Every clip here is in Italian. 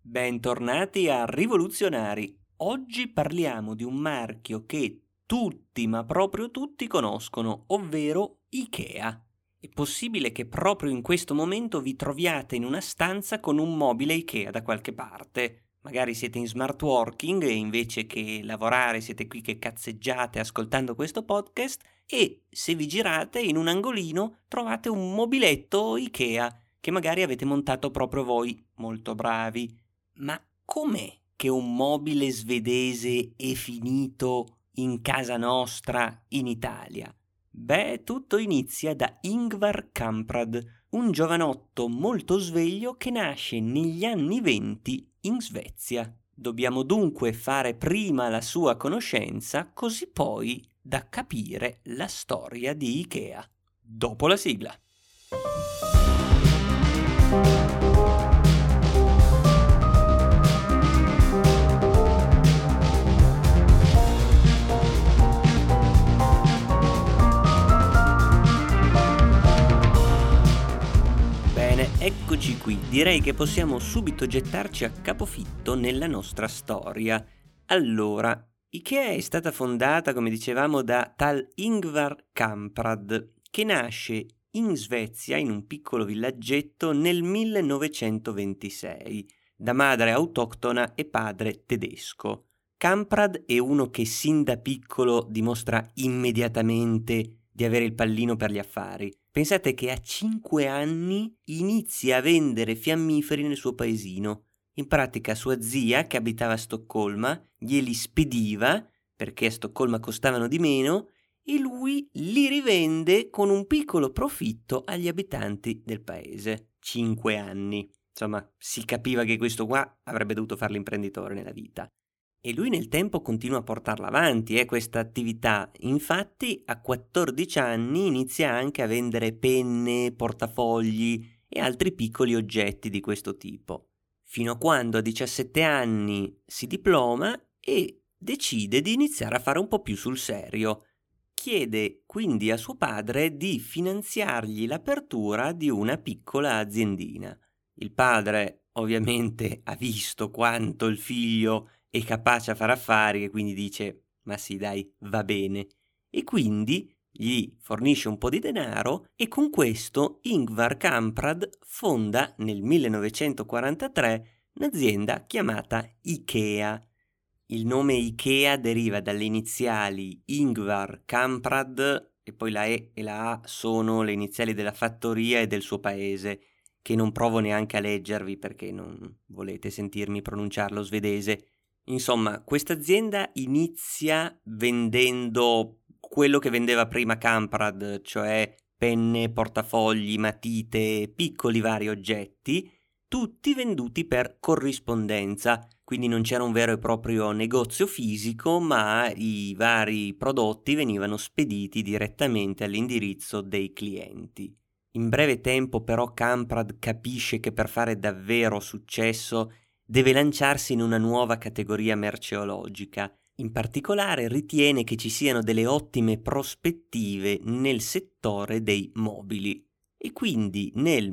Bentornati a Rivoluzionari. Oggi parliamo di un marchio che tutti, ma proprio tutti conoscono, ovvero IKEA. È possibile che proprio in questo momento vi troviate in una stanza con un mobile IKEA da qualche parte. Magari siete in smart working e invece che lavorare siete qui che cazzeggiate ascoltando questo podcast e se vi girate in un angolino trovate un mobiletto IKEA che magari avete montato proprio voi, molto bravi. Ma com'è che un mobile svedese è finito in casa nostra in Italia? Beh, tutto inizia da Ingvar Kamprad, un giovanotto molto sveglio che nasce negli anni '20 in Svezia. Dobbiamo dunque fare prima la sua conoscenza, così poi da capire la storia di IKEA. Dopo la sigla. Eccoci qui, direi che possiamo subito gettarci a capofitto nella nostra storia. Allora, IKEA è stata fondata, come dicevamo, da tal Ingvar Kamprad, che nasce in Svezia, in un piccolo villaggetto, nel 1926, da madre autoctona e padre tedesco. Kamprad è uno che sin da piccolo dimostra immediatamente di avere il pallino per gli affari. Pensate che a 5 anni inizia a vendere fiammiferi nel suo paesino. In pratica sua zia, che abitava a Stoccolma, glieli spediva, perché a Stoccolma costavano di meno, e lui li rivende con un piccolo profitto agli abitanti del paese. 5 anni. Insomma, si capiva che questo qua avrebbe dovuto fare l'imprenditore nella vita. E lui nel tempo continua a portarla avanti, questa attività. Infatti a 14 anni inizia anche a vendere penne, portafogli e altri piccoli oggetti di questo tipo. Fino a quando a 17 anni si diploma e decide di iniziare a fare un po' più sul serio. Chiede quindi a suo padre di finanziargli l'apertura di una piccola aziendina. Il padre ovviamente ha visto quanto il figlio è capace a fare affari e quindi dice ma sì dai, va bene, e quindi gli fornisce un po' di denaro e con questo Ingvar Kamprad fonda nel 1943 un'azienda chiamata IKEA. Il nome IKEA deriva dalle iniziali Ingvar Kamprad e poi la E e la A sono le iniziali della fattoria e del suo paese, che non provo neanche a leggervi perché non volete sentirmi pronunciarlo svedese. Insomma, questa azienda inizia vendendo quello che vendeva prima Kamprad, cioè penne, portafogli, matite, piccoli vari oggetti, tutti venduti per corrispondenza, quindi non c'era un vero e proprio negozio fisico, ma i vari prodotti venivano spediti direttamente all'indirizzo dei clienti. In breve tempo però Kamprad capisce che per fare davvero successo deve lanciarsi in una nuova categoria merceologica. In particolare ritiene che ci siano delle ottime prospettive nel settore dei mobili. E quindi nel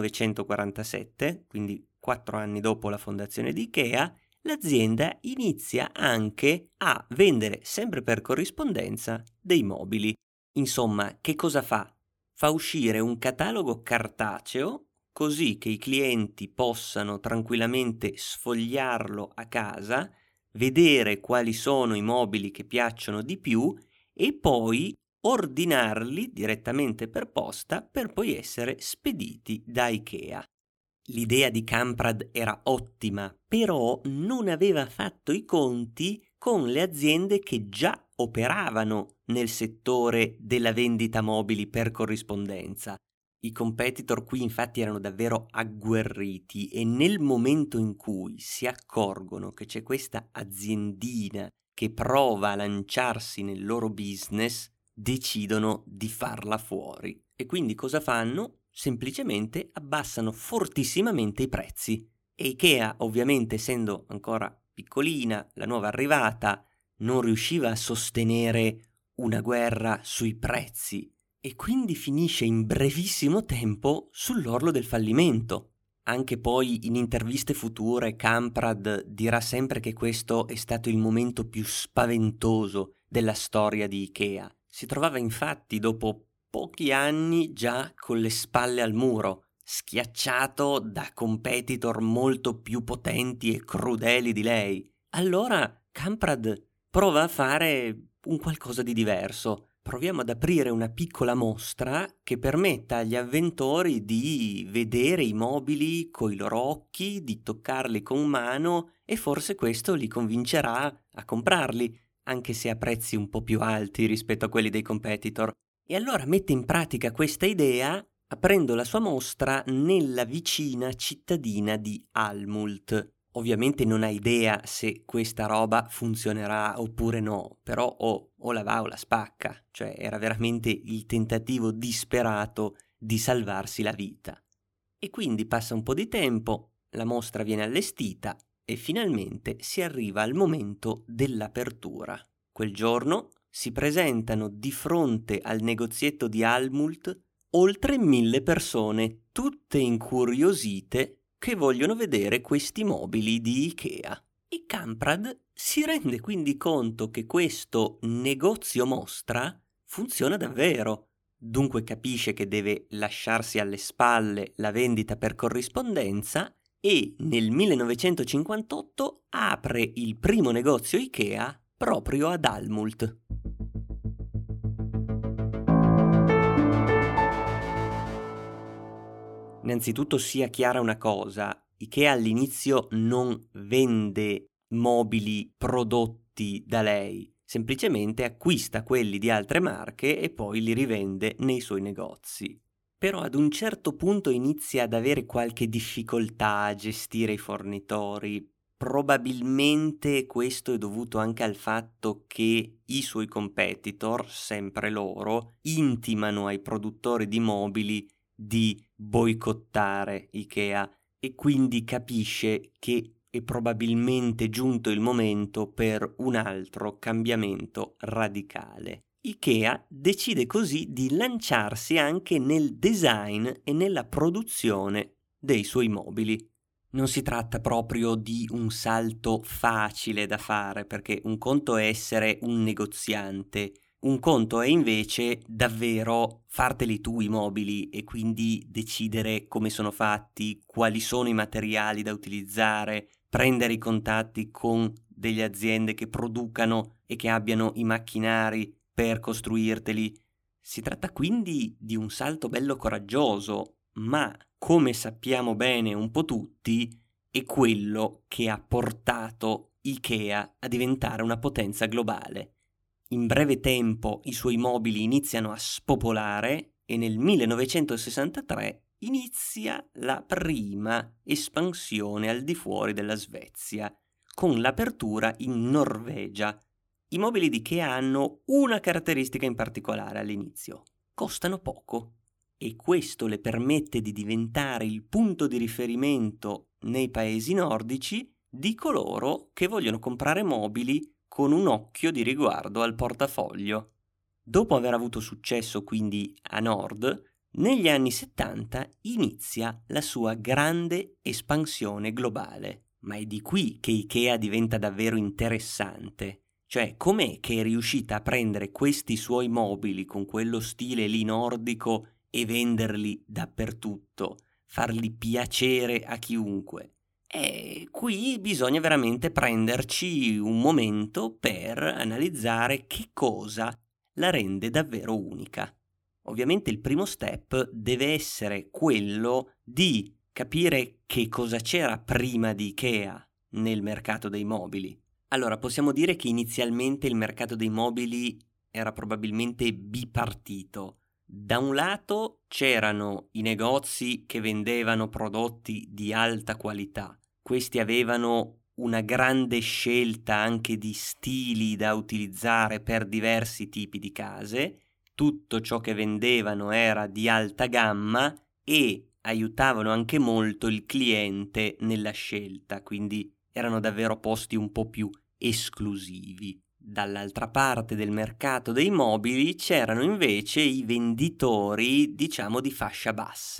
1947, quindi 4 anni dopo la fondazione di IKEA, l'azienda inizia anche a vendere sempre per corrispondenza dei mobili. Insomma, che cosa fa? Fa uscire un catalogo cartaceo così che i clienti possano tranquillamente sfogliarlo a casa, vedere quali sono i mobili che piacciono di più e poi ordinarli direttamente per posta per poi essere spediti da IKEA. L'idea di Kamprad era ottima, però non aveva fatto i conti con le aziende che già operavano nel settore della vendita mobili per corrispondenza. I competitor qui infatti erano davvero agguerriti e nel momento in cui si accorgono che c'è questa aziendina che prova a lanciarsi nel loro business, decidono di farla fuori. E quindi cosa fanno? Semplicemente abbassano fortissimamente i prezzi. E IKEA, ovviamente essendo ancora piccolina, la nuova arrivata, non riusciva a sostenere una guerra sui prezzi e quindi finisce in brevissimo tempo sull'orlo del fallimento. Anche poi in interviste future Kamprad dirà sempre che questo è stato il momento più spaventoso della storia di Ikea. Si trovava infatti dopo pochi anni già con le spalle al muro, schiacciato da competitor molto più potenti e crudeli di lei. Allora Kamprad prova a fare un qualcosa di diverso. Proviamo ad aprire una piccola mostra che permetta agli avventori di vedere i mobili coi loro occhi, di toccarli con mano e forse questo li convincerà a comprarli, anche se a prezzi un po' più alti rispetto a quelli dei competitor. E allora mette in pratica questa idea aprendo la sua mostra nella vicina cittadina di Almult. Ovviamente non ha idea se questa roba funzionerà oppure no, però o la va o la spacca, cioè era veramente il tentativo disperato di salvarsi la vita. E quindi passa un po' di tempo, la mostra viene allestita e finalmente si arriva al momento dell'apertura. Quel giorno si presentano di fronte al negozietto di Almult oltre 1000 persone, tutte incuriosite che vogliono vedere questi mobili di Ikea. E Kamprad si rende quindi conto che questo negozio mostra funziona davvero. Dunque capisce che deve lasciarsi alle spalle la vendita per corrispondenza e nel 1958 apre il primo negozio Ikea proprio ad Almult. Innanzitutto sia chiara una cosa, Ikea all'inizio non vende mobili prodotti da lei, semplicemente acquista quelli di altre marche e poi li rivende nei suoi negozi. Però ad un certo punto inizia ad avere qualche difficoltà a gestire i fornitori. Probabilmente questo è dovuto anche al fatto che i suoi competitor, sempre loro, intimano ai produttori di mobili di boicottare Ikea e quindi capisce che è probabilmente giunto il momento per un altro cambiamento radicale. Ikea decide così di lanciarsi anche nel design e nella produzione dei suoi mobili. Non si tratta proprio di un salto facile da fare, perché un conto è essere un negoziante, un conto è invece davvero farteli tu i mobili e quindi decidere come sono fatti, quali sono i materiali da utilizzare, prendere i contatti con delle aziende che producano e che abbiano i macchinari per costruirteli. Si tratta quindi di un salto bello coraggioso, ma come sappiamo bene un po' tutti, è quello che ha portato Ikea a diventare una potenza globale. In breve tempo i suoi mobili iniziano a spopolare e nel 1963 inizia la prima espansione al di fuori della Svezia, con l'apertura in Norvegia. I mobili di Ikea hanno una caratteristica in particolare all'inizio: costano poco e questo le permette di diventare il punto di riferimento nei paesi nordici di coloro che vogliono comprare mobili con un occhio di riguardo al portafoglio. Dopo aver avuto successo quindi a nord, negli anni 70 inizia la sua grande espansione globale. Ma è di qui che Ikea diventa davvero interessante. Cioè, com'è che è riuscita a prendere questi suoi mobili con quello stile lì nordico e venderli dappertutto, farli piacere a chiunque? E qui bisogna veramente prenderci un momento per analizzare che cosa la rende davvero unica. Ovviamente il primo step deve essere quello di capire che cosa c'era prima di Ikea nel mercato dei mobili. Allora, possiamo dire che inizialmente il mercato dei mobili era probabilmente bipartito. Da un lato c'erano i negozi che vendevano prodotti di alta qualità. Questi avevano una grande scelta anche di stili da utilizzare per diversi tipi di case. Tutto ciò che vendevano era di alta gamma e aiutavano anche molto il cliente nella scelta, quindi erano davvero posti un po' più esclusivi. Dall'altra parte del mercato dei mobili c'erano invece i venditori, diciamo, di fascia bassa,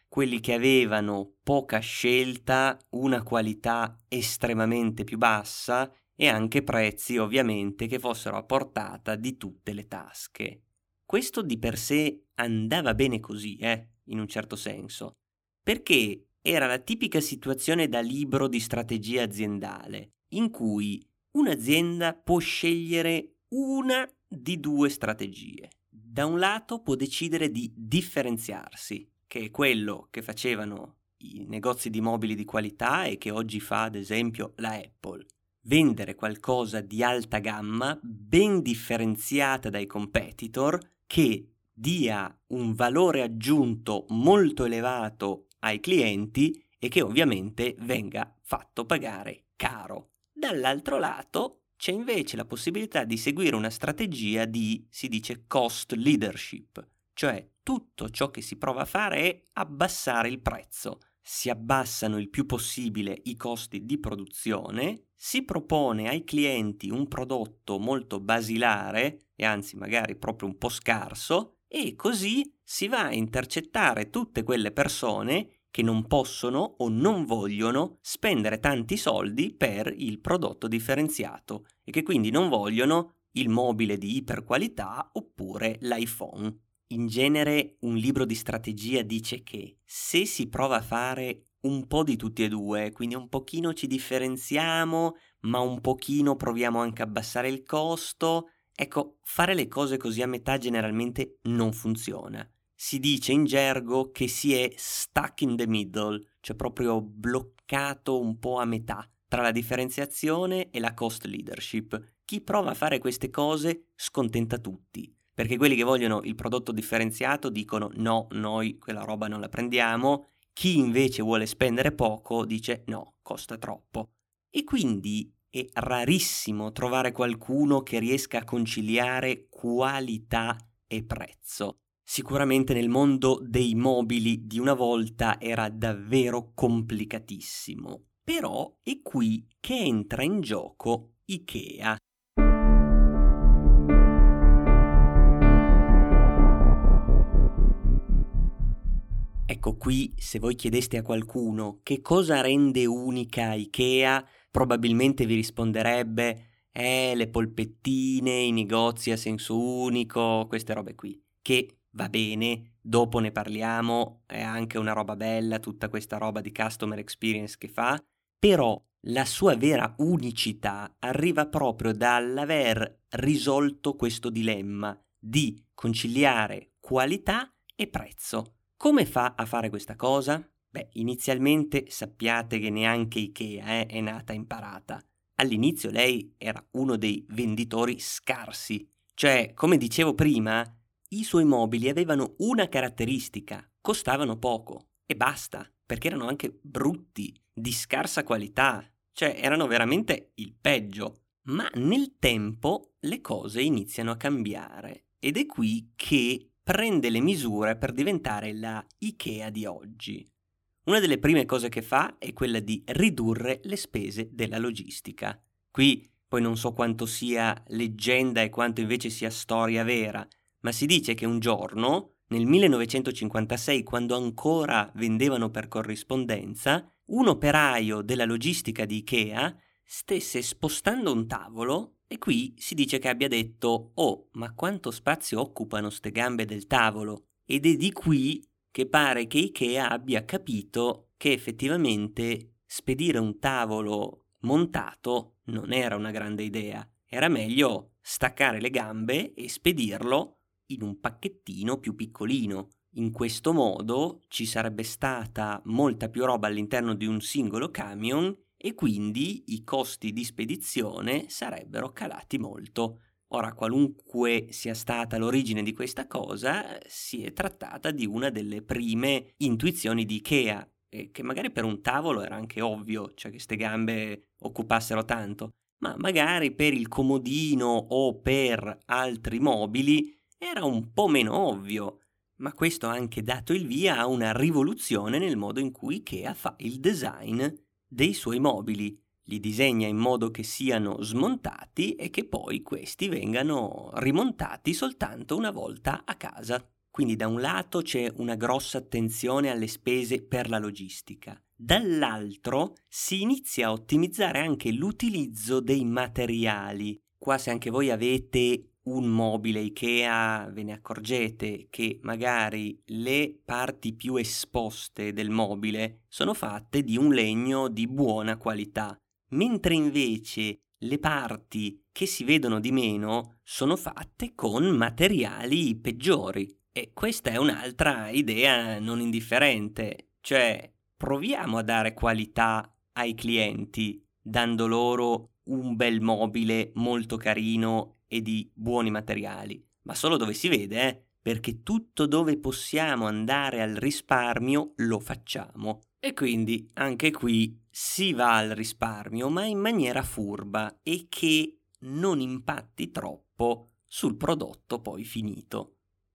quelli che avevano poca scelta, una qualità estremamente più bassa e anche prezzi ovviamente che fossero a portata di tutte le tasche. Questo di per sé andava bene così, in un certo senso, perché era la tipica situazione da libro di strategia aziendale, in cui un'azienda può scegliere una di due strategie. Da un lato può decidere di differenziarsi, che è quello che facevano i negozi di mobili di qualità e che oggi fa ad esempio la Apple. Vendere qualcosa di alta gamma, ben differenziata dai competitor, che dia un valore aggiunto molto elevato ai clienti e che ovviamente venga fatto pagare caro. Dall'altro lato c'è invece la possibilità di seguire una strategia di, si dice, cost leadership, cioè tutto ciò che si prova a fare è abbassare il prezzo. Si abbassano il più possibile i costi di produzione, si propone ai clienti un prodotto molto basilare e anzi magari proprio un po' scarso e così si va a intercettare tutte quelle persone che non possono o non vogliono spendere tanti soldi per il prodotto differenziato e che quindi non vogliono il mobile di iperqualità oppure l'iPhone. In genere un libro di strategia dice che se si prova a fare un po' di tutti e due, quindi un pochino ci differenziamo, ma un pochino proviamo anche a abbassare il costo, ecco, fare le cose così a metà generalmente non funziona. Si dice in gergo che si è stuck in the middle, cioè proprio bloccato un po' a metà tra la differenziazione e la cost leadership. Chi prova a fare queste cose scontenta tutti, perché quelli che vogliono il prodotto differenziato dicono no, noi quella roba non la prendiamo, chi invece vuole spendere poco dice no, costa troppo. E quindi è rarissimo trovare qualcuno che riesca a conciliare qualità e prezzo. Sicuramente nel mondo dei mobili di una volta era davvero complicatissimo, però è qui che entra in gioco IKEA. Ecco qui, se voi chiedeste a qualcuno che cosa rende unica IKEA, probabilmente vi risponderebbe le polpettine, i negozi a senso unico, queste robe qui, che va bene, dopo ne parliamo, è anche una roba bella tutta questa roba di customer experience che fa, però la sua vera unicità arriva proprio dall'aver risolto questo dilemma di conciliare qualità e prezzo. Come fa a fare questa cosa? Beh, inizialmente sappiate che neanche IKEA è nata imparata. All'inizio lei era uno dei venditori scarsi, cioè, come dicevo prima, i suoi mobili avevano una caratteristica, costavano poco e basta, perché erano anche brutti, di scarsa qualità, cioè erano veramente il peggio. Ma nel tempo le cose iniziano a cambiare ed è qui che prende le misure per diventare la IKEA di oggi. Una delle prime cose che fa è quella di ridurre le spese della logistica. Qui poi non so quanto sia leggenda e quanto invece sia storia vera, ma si dice che un giorno, nel 1956, quando ancora vendevano per corrispondenza, un operaio della logistica di IKEA stesse spostando un tavolo e qui si dice che abbia detto «Oh, ma quanto spazio occupano ste gambe del tavolo?» Ed è di qui che pare che IKEA abbia capito che effettivamente spedire un tavolo montato non era una grande idea. Era meglio staccare le gambe e spedirlo in un pacchettino più piccolino. In questo modo ci sarebbe stata molta più roba all'interno di un singolo camion e quindi i costi di spedizione sarebbero calati molto. Ora, qualunque sia stata l'origine di questa cosa, si è trattata di una delle prime intuizioni di IKEA, che magari per un tavolo era anche ovvio, cioè che ste gambe occupassero tanto, ma magari per il comodino o per altri mobili era un po' meno ovvio. Ma questo ha anche dato il via a una rivoluzione nel modo in cui IKEA fa il design dei suoi mobili. Li disegna in modo che siano smontati e che poi questi vengano rimontati soltanto una volta a casa. Quindi da un lato c'è una grossa attenzione alle spese per la logistica, dall'altro si inizia a ottimizzare anche l'utilizzo dei materiali. Qua se anche voi avete un mobile IKEA ve ne accorgete che magari le parti più esposte del mobile sono fatte di un legno di buona qualità, mentre invece le parti che si vedono di meno sono fatte con materiali peggiori. E questa è un'altra idea non indifferente, cioè proviamo a dare qualità ai clienti dando loro un bel mobile molto carino e di buoni materiali, ma solo dove si vede, perché tutto dove possiamo andare al risparmio lo facciamo. E quindi anche qui si va al risparmio, ma in maniera furba e che non impatti troppo sul prodotto poi finito.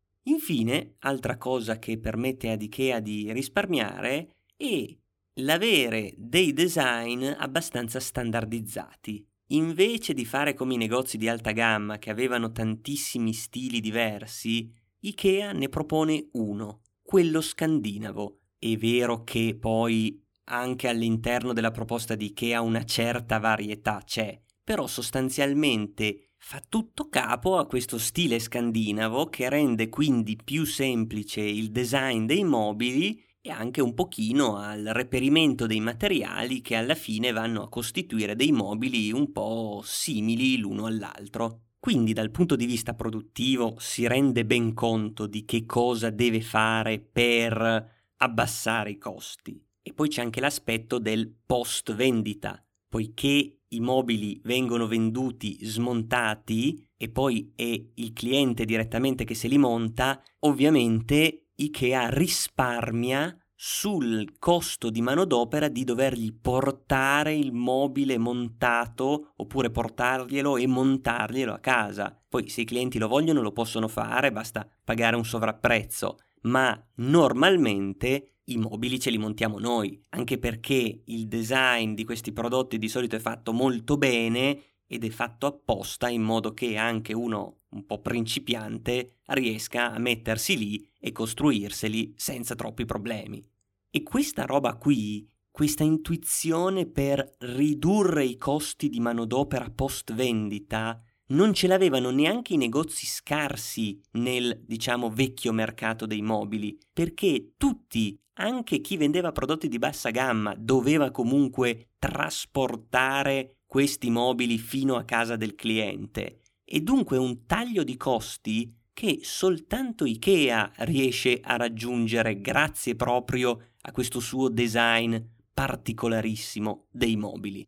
Infine, altra cosa che permette ad IKEA di risparmiare è l'avere dei design abbastanza standardizzati. Invece di fare come i negozi di alta gamma che avevano tantissimi stili diversi, IKEA ne propone uno, quello scandinavo. È vero che poi anche all'interno della proposta di IKEA una certa varietà c'è, però sostanzialmente fa tutto capo a questo stile scandinavo che rende quindi più semplice il design dei mobili e anche un pochino al reperimento dei materiali che alla fine vanno a costituire dei mobili un po' simili l'uno all'altro. Quindi dal punto di vista produttivo si rende ben conto di che cosa deve fare per abbassare i costi. E poi c'è anche l'aspetto del post vendita, poiché i mobili vengono venduti smontati e poi è il cliente direttamente che se li monta, ovviamente IKEA risparmia sul costo di manodopera di dovergli portare il mobile montato oppure portarglielo e montarglielo a casa. Poi se i clienti lo vogliono lo possono fare, basta pagare un sovrapprezzo, ma normalmente i mobili ce li montiamo noi, anche perché il design di questi prodotti di solito è fatto molto bene ed è fatto apposta in modo che anche uno un po' principiante riesca a mettersi lì e costruirseli senza troppi problemi. E questa roba qui, questa intuizione per ridurre i costi di manodopera post vendita, non ce l'avevano neanche i negozi scarsi nel, vecchio mercato dei mobili, perché tutti, anche chi vendeva prodotti di bassa gamma, doveva comunque trasportare questi mobili fino a casa del cliente. E dunque un taglio di costi che soltanto IKEA riesce a raggiungere grazie proprio a questo suo design particolarissimo dei mobili.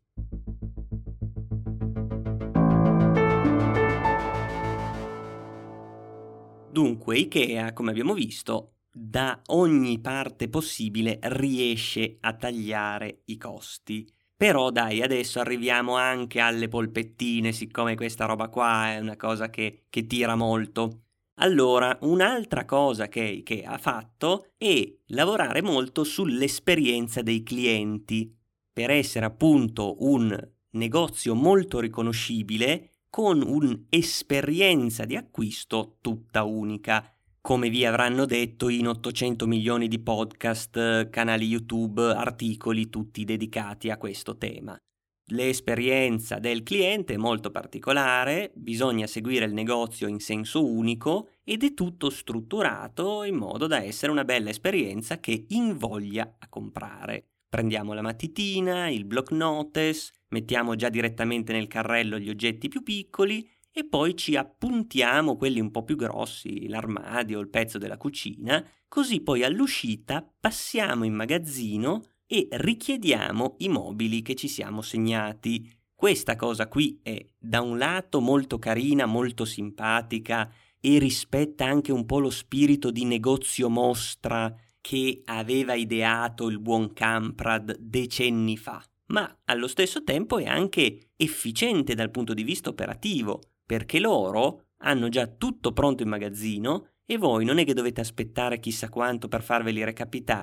Dunque IKEA, come abbiamo visto, da ogni parte possibile riesce a tagliare i costi. Però dai, adesso arriviamo anche alle polpettine, siccome questa roba qua è una cosa che tira molto. Allora, un'altra cosa che IKEA ha fatto è lavorare molto sull'esperienza dei clienti, per essere appunto un negozio molto riconoscibile con un'esperienza di acquisto tutta unica. Come vi avranno detto in 800 milioni di podcast, canali YouTube, articoli tutti dedicati a questo tema. L'esperienza del cliente è molto particolare, bisogna seguire il negozio in senso unico ed è tutto strutturato in modo da essere una bella esperienza che invoglia a comprare. Prendiamo la matitina, il block notice, mettiamo già direttamente nel carrello gli oggetti più piccoli e poi ci appuntiamo quelli un po' più grossi, l'armadio, il pezzo della cucina, così poi all'uscita passiamo in magazzino e richiediamo i mobili che ci siamo segnati. Questa cosa qui è da un lato molto carina, molto simpatica e rispetta anche un po' lo spirito di negozio mostra che aveva ideato il buon Kamprad decenni fa, ma allo stesso tempo è anche efficiente dal punto di vista operativo, perché loro hanno già tutto pronto in magazzino e voi non è che dovete aspettare chissà quanto per farveli recapitare,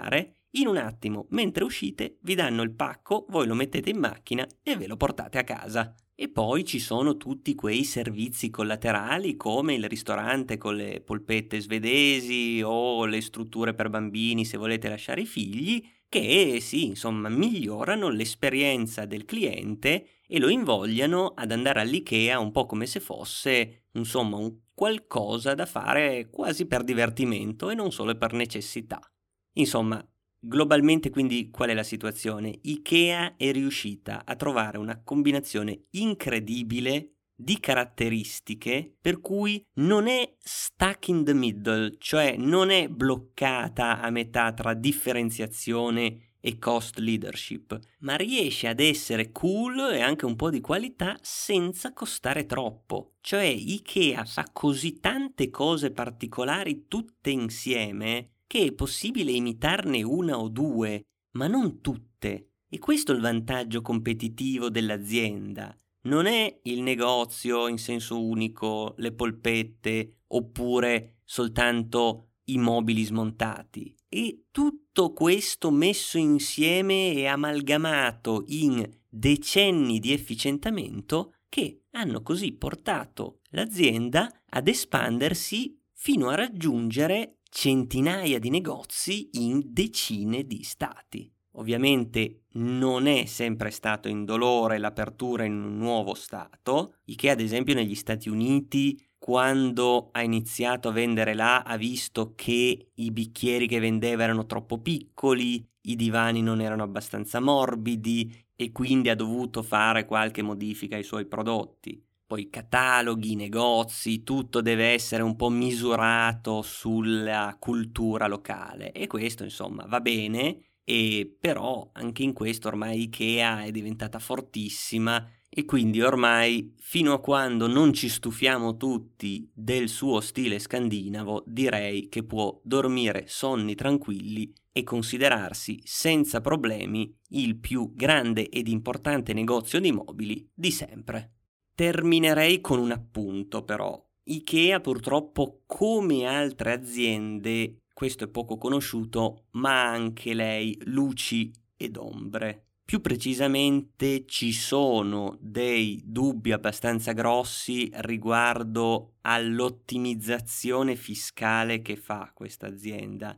In un attimo, mentre uscite, vi danno il pacco, voi lo mettete in macchina e ve lo portate a casa. E poi ci sono tutti quei servizi collaterali come il ristorante con le polpette svedesi o le strutture per bambini se volete lasciare i figli, che sì, insomma, migliorano l'esperienza del cliente e lo invogliano ad andare all'IKEA un po' come se fosse, insomma, un qualcosa da fare quasi per divertimento e non solo per necessità. Insomma, globalmente quindi qual è la situazione? IKEA è riuscita a trovare una combinazione incredibile di caratteristiche per cui non è stuck in the middle, cioè non è bloccata a metà tra differenziazione e cost leadership, ma riesce ad essere cool e anche un po' di qualità senza costare troppo. Cioè IKEA fa così tante cose particolari tutte insieme che è possibile imitarne una o due, ma non tutte. E questo è il vantaggio competitivo dell'azienda. Non è il negozio in senso unico, le polpette, oppure soltanto i mobili smontati. E tutto questo messo insieme e amalgamato in decenni di efficientamento che hanno così portato l'azienda ad espandersi fino a raggiungere centinaia di negozi in decine di stati. Ovviamente non è sempre stato indolore l'apertura in un nuovo stato. IKEA, ad esempio, negli Stati Uniti, quando ha iniziato a vendere là, ha visto che i bicchieri che vendeva erano troppo piccoli, i divani non erano abbastanza morbidi e quindi ha dovuto fare qualche modifica ai suoi prodotti. Poi cataloghi, negozi, tutto deve essere un po' misurato sulla cultura locale e questo insomma va bene, e però anche in questo ormai IKEA è diventata fortissima e quindi ormai fino a quando non ci stufiamo tutti del suo stile scandinavo direi che può dormire sonni tranquilli e considerarsi senza problemi il più grande ed importante negozio di mobili di sempre. Terminerei con un appunto però. IKEA purtroppo, come altre aziende, questo è poco conosciuto, ma anche lei luci ed ombre. Più precisamente ci sono dei dubbi abbastanza grossi riguardo all'ottimizzazione fiscale che fa questa azienda.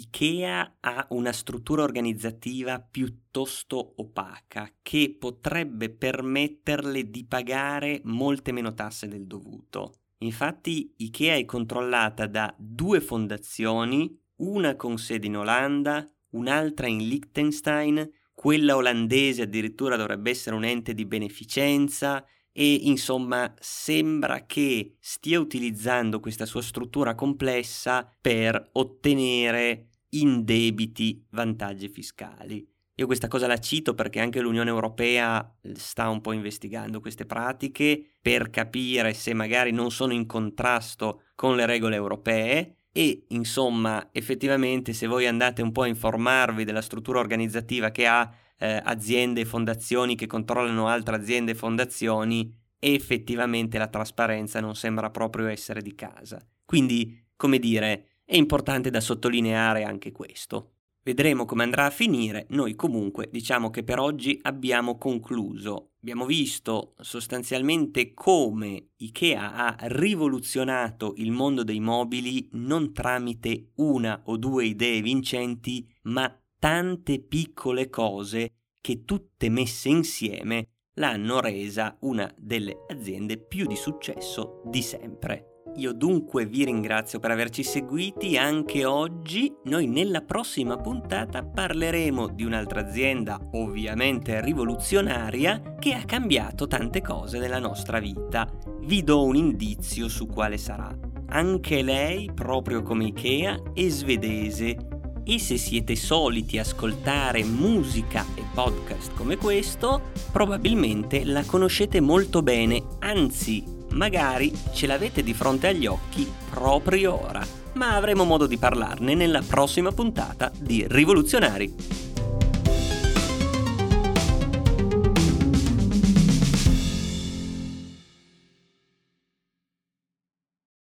IKEA ha una struttura organizzativa piuttosto opaca che potrebbe permetterle di pagare molte meno tasse del dovuto. Infatti IKEA è controllata da 2 fondazioni, una con sede in Olanda, un'altra in Liechtenstein, quella olandese addirittura dovrebbe essere un ente di beneficenza e insomma sembra che stia utilizzando questa sua struttura complessa per ottenere indebiti vantaggi fiscali. Io questa cosa la cito perché anche l'Unione Europea sta un po' investigando queste pratiche per capire se magari non sono in contrasto con le regole europee e insomma effettivamente se voi andate un po' a informarvi della struttura organizzativa che ha aziende e fondazioni che controllano altre aziende e fondazioni, effettivamente la trasparenza non sembra proprio essere di casa. Quindi, come dire, è importante da sottolineare anche questo. Vedremo come andrà a finire. Noi comunque diciamo che per oggi abbiamo concluso. Abbiamo visto sostanzialmente come IKEA ha rivoluzionato il mondo dei mobili non tramite una o 2 idee vincenti, ma tante piccole cose che tutte messe insieme l'hanno resa una delle aziende più di successo di sempre. Io dunque vi ringrazio per averci seguiti anche oggi. Noi nella prossima puntata parleremo di un'altra azienda ovviamente rivoluzionaria che ha cambiato tante cose nella nostra vita. Vi do un indizio su quale sarà. Anche lei, proprio come IKEA, è svedese. E se siete soliti ascoltare musica e podcast come questo, probabilmente la conoscete molto bene, anzi, magari ce l'avete di fronte agli occhi proprio ora. Ma avremo modo di parlarne nella prossima puntata di Rivoluzionari.